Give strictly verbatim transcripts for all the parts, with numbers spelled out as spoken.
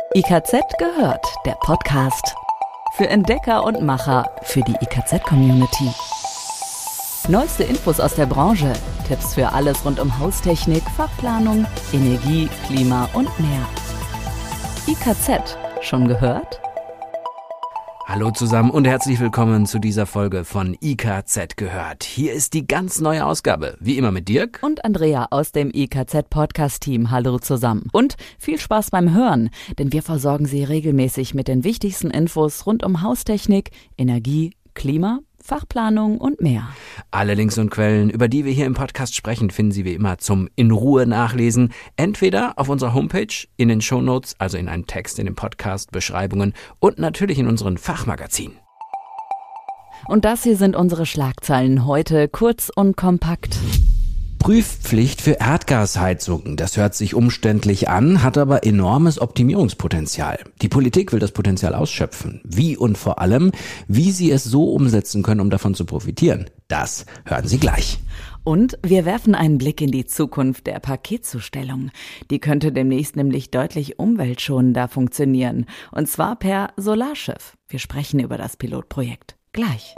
I K Z gehört, der Podcast. Für Entdecker und Macher, für die I K Z-Community. Neueste Infos aus der Branche, Tipps für alles rund um Haustechnik, Fachplanung, Energie, Klima und mehr. I K Z, schon gehört? Hallo zusammen und herzlich willkommen zu dieser Folge von I K Z gehört. Hier ist die ganz neue Ausgabe, wie immer mit Dirk und Andrea aus dem I K Z-Podcast-Team. Hallo zusammen und viel Spaß beim Hören, denn wir versorgen Sie regelmäßig mit den wichtigsten Infos rund um Haustechnik, Energie, Klima, Fachplanung und mehr. Alle Links und Quellen, über die wir hier im Podcast sprechen, finden Sie wie immer zum in Ruhe nachlesen. Entweder auf unserer Homepage, in den Shownotes, also in einem Text in den Podcast-Beschreibungen und natürlich in unseren Fachmagazinen. Und das hier sind unsere Schlagzeilen heute, kurz und kompakt. Prüfpflicht für Erdgasheizungen. Das hört sich umständlich an, hat aber enormes Optimierungspotenzial. Die Politik will das Potenzial ausschöpfen. Wie und vor allem, wie sie es so umsetzen können, um davon zu profitieren. Das hören Sie gleich. Und wir werfen einen Blick in die Zukunft der Paketzustellung. Die könnte demnächst nämlich deutlich umweltschonender funktionieren. Und zwar per Solarschiff. Wir sprechen über das Pilotprojekt. Gleich.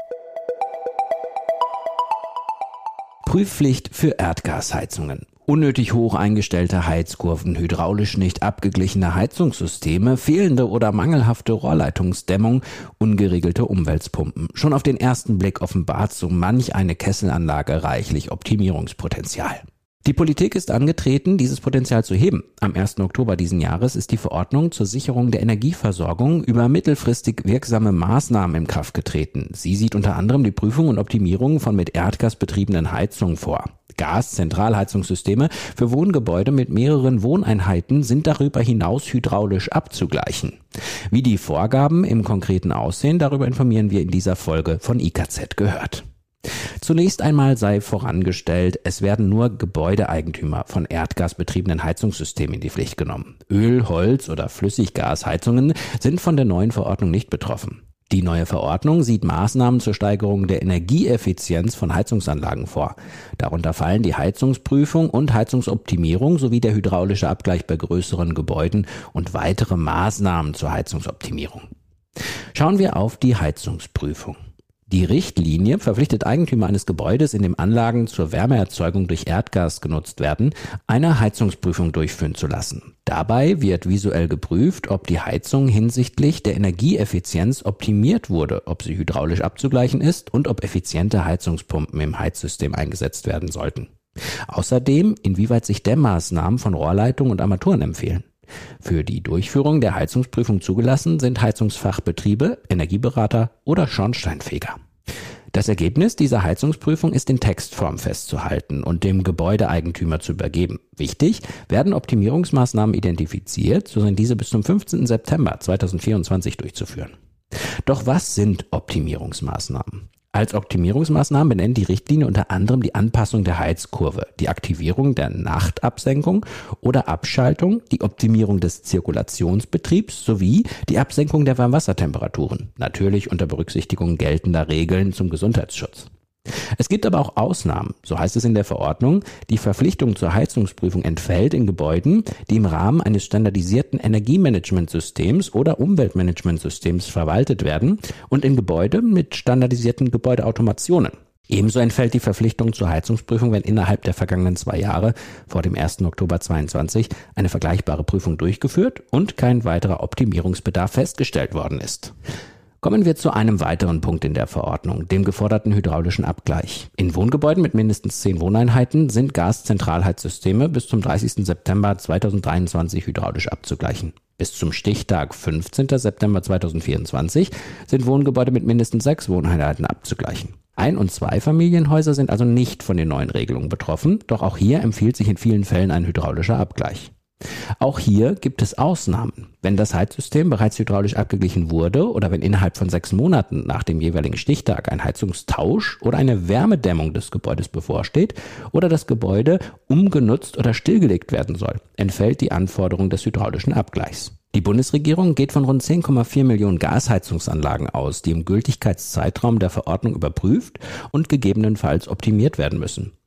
Prüfpflicht für Erdgasheizungen. Unnötig hoch eingestellte Heizkurven, hydraulisch nicht abgeglichene Heizungssysteme, fehlende oder mangelhafte Rohrleitungsdämmung, ungeregelte Umwälzpumpen. Schon auf den ersten Blick offenbart so manch eine Kesselanlage reichlich Optimierungspotenzial. Die Politik ist angetreten, dieses Potenzial zu heben. Am ersten Oktober diesen Jahres ist die Verordnung zur Sicherung der Energieversorgung über mittelfristig wirksame Maßnahmen in Kraft getreten. Sie sieht unter anderem die Prüfung und Optimierung von mit Erdgas betriebenen Heizungen vor. Gas-Zentralheizungssysteme für Wohngebäude mit mehreren Wohneinheiten sind darüber hinaus hydraulisch abzugleichen. Wie die Vorgaben im Konkreten aussehen, darüber informieren wir in dieser Folge von I K Z gehört. Zunächst einmal sei vorangestellt, es werden nur Gebäudeeigentümer von erdgasbetriebenen Heizungssystemen in die Pflicht genommen. Öl-, Holz- oder Flüssiggasheizungen sind von der neuen Verordnung nicht betroffen. Die neue Verordnung sieht Maßnahmen zur Steigerung der Energieeffizienz von Heizungsanlagen vor. Darunter fallen die Heizungsprüfung und Heizungsoptimierung sowie der hydraulische Abgleich bei größeren Gebäuden und weitere Maßnahmen zur Heizungsoptimierung. Schauen wir auf die Heizungsprüfung. Die Richtlinie verpflichtet Eigentümer eines Gebäudes, in dem Anlagen zur Wärmeerzeugung durch Erdgas genutzt werden, eine Heizungsprüfung durchführen zu lassen. Dabei wird visuell geprüft, ob die Heizung hinsichtlich der Energieeffizienz optimiert wurde, ob sie hydraulisch abzugleichen ist und ob effiziente Heizungspumpen im Heizsystem eingesetzt werden sollten. Außerdem, inwieweit sich Dämmmaßnahmen von Rohrleitungen und Armaturen empfehlen. Für die Durchführung der Heizungsprüfung zugelassen sind Heizungsfachbetriebe, Energieberater oder Schornsteinfeger. Das Ergebnis dieser Heizungsprüfung ist in Textform festzuhalten und dem Gebäudeeigentümer zu übergeben. Wichtig, werden Optimierungsmaßnahmen identifiziert, so sind diese bis zum fünfzehnten September zweitausendvierundzwanzig durchzuführen. Doch was sind Optimierungsmaßnahmen? Als Optimierungsmaßnahmen benennt die Richtlinie unter anderem die Anpassung der Heizkurve, die Aktivierung der Nachtabsenkung oder Abschaltung, die Optimierung des Zirkulationsbetriebs sowie die Absenkung der Warmwassertemperaturen, natürlich unter Berücksichtigung geltender Regeln zum Gesundheitsschutz. Es gibt aber auch Ausnahmen, so heißt es in der Verordnung. Die Verpflichtung zur Heizungsprüfung entfällt in Gebäuden, die im Rahmen eines standardisierten Energiemanagementsystems oder Umweltmanagementsystems verwaltet werden und in Gebäude mit standardisierten Gebäudeautomationen. Ebenso entfällt die Verpflichtung zur Heizungsprüfung, wenn innerhalb der vergangenen zwei Jahre vor dem ersten Oktober zweiundzwanzig eine vergleichbare Prüfung durchgeführt und kein weiterer Optimierungsbedarf festgestellt worden ist. Kommen wir zu einem weiteren Punkt in der Verordnung, dem geforderten hydraulischen Abgleich. In Wohngebäuden mit mindestens zehn Wohneinheiten sind Gas-Zentralheizsysteme bis zum dreißigsten September zweitausenddreiundzwanzig hydraulisch abzugleichen. Bis zum Stichtag fünfzehnten September zweitausendvierundzwanzig sind Wohngebäude mit mindestens sechs Wohneinheiten abzugleichen. Ein- und Zweifamilienhäuser sind also nicht von den neuen Regelungen betroffen, doch auch hier empfiehlt sich in vielen Fällen ein hydraulischer Abgleich. Auch hier gibt es Ausnahmen. Wenn das Heizsystem bereits hydraulisch abgeglichen wurde oder wenn innerhalb von sechs Monaten nach dem jeweiligen Stichtag ein Heizungstausch oder eine Wärmedämmung des Gebäudes bevorsteht oder das Gebäude umgenutzt oder stillgelegt werden soll, entfällt die Anforderung des hydraulischen Abgleichs. Die Bundesregierung geht von rund zehn Komma vier Millionen Gasheizungsanlagen aus, die im Gültigkeitszeitraum der Verordnung überprüft und gegebenenfalls optimiert werden müssen.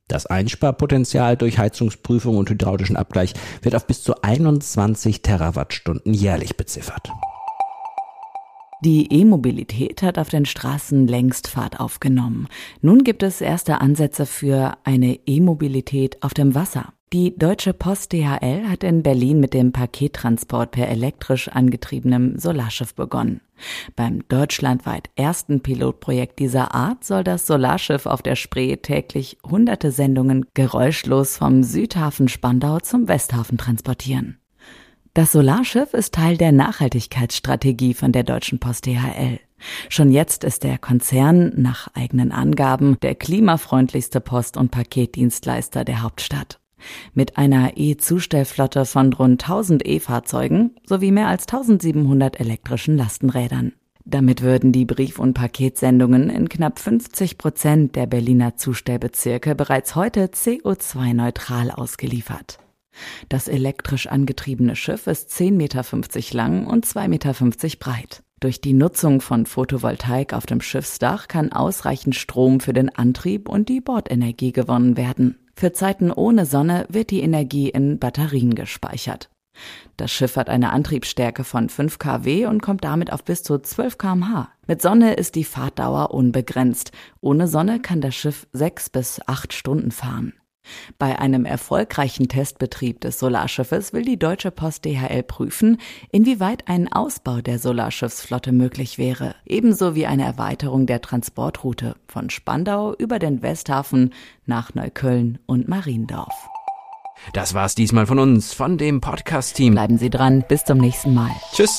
Das Einsparpotenzial durch Heizungsprüfung und hydraulischen Abgleich wird auf bis zu einundzwanzig Terawattstunden jährlich beziffert. Die E-Mobilität hat auf den Straßen längst Fahrt aufgenommen. Nun gibt es erste Ansätze für eine E-Mobilität auf dem Wasser. Die Deutsche Post D H L hat in Berlin mit dem Pakettransport per elektrisch angetriebenem Solarschiff begonnen. Beim deutschlandweit ersten Pilotprojekt dieser Art soll das Solarschiff auf der Spree täglich hunderte Sendungen geräuschlos vom Südhafen Spandau zum Westhafen transportieren. Das Solarschiff ist Teil der Nachhaltigkeitsstrategie von der Deutschen Post D H L. Schon jetzt ist der Konzern nach eigenen Angaben der klimafreundlichste Post- und Paketdienstleister der Hauptstadt. Mit einer E-Zustellflotte von rund tausend E-Fahrzeugen sowie mehr als tausendsiebenhundert elektrischen Lastenrädern. Damit würden die Brief- und Paketsendungen in knapp fünfzig Prozent der Berliner Zustellbezirke bereits heute C O zwei neutral ausgeliefert. Das elektrisch angetriebene Schiff ist zehn Komma fünfzig Meter lang und zwei Komma fünfzig Meter breit. Durch die Nutzung von Photovoltaik auf dem Schiffsdach kann ausreichend Strom für den Antrieb und die Bordenergie gewonnen werden. Für Zeiten ohne Sonne wird die Energie in Batterien gespeichert. Das Schiff hat eine Antriebsstärke von fünf Kilowatt und kommt damit auf bis zu zwölf Kilometer pro Stunde. Mit Sonne ist die Fahrtdauer unbegrenzt. Ohne Sonne kann das Schiff sechs bis acht Stunden fahren. Bei einem erfolgreichen Testbetrieb des Solarschiffes will die Deutsche Post D H L prüfen, inwieweit ein Ausbau der Solarschiffsflotte möglich wäre, ebenso wie eine Erweiterung der Transportroute von Spandau über den Westhafen nach Neukölln und Mariendorf. Das war's diesmal von uns, von dem Podcast-Team. Bleiben Sie dran, bis zum nächsten Mal. Tschüss.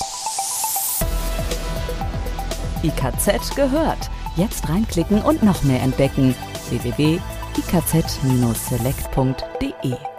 I K Z gehört. Jetzt reinklicken und noch mehr entdecken. w w w punkt i k z Bindestrich select punkt d e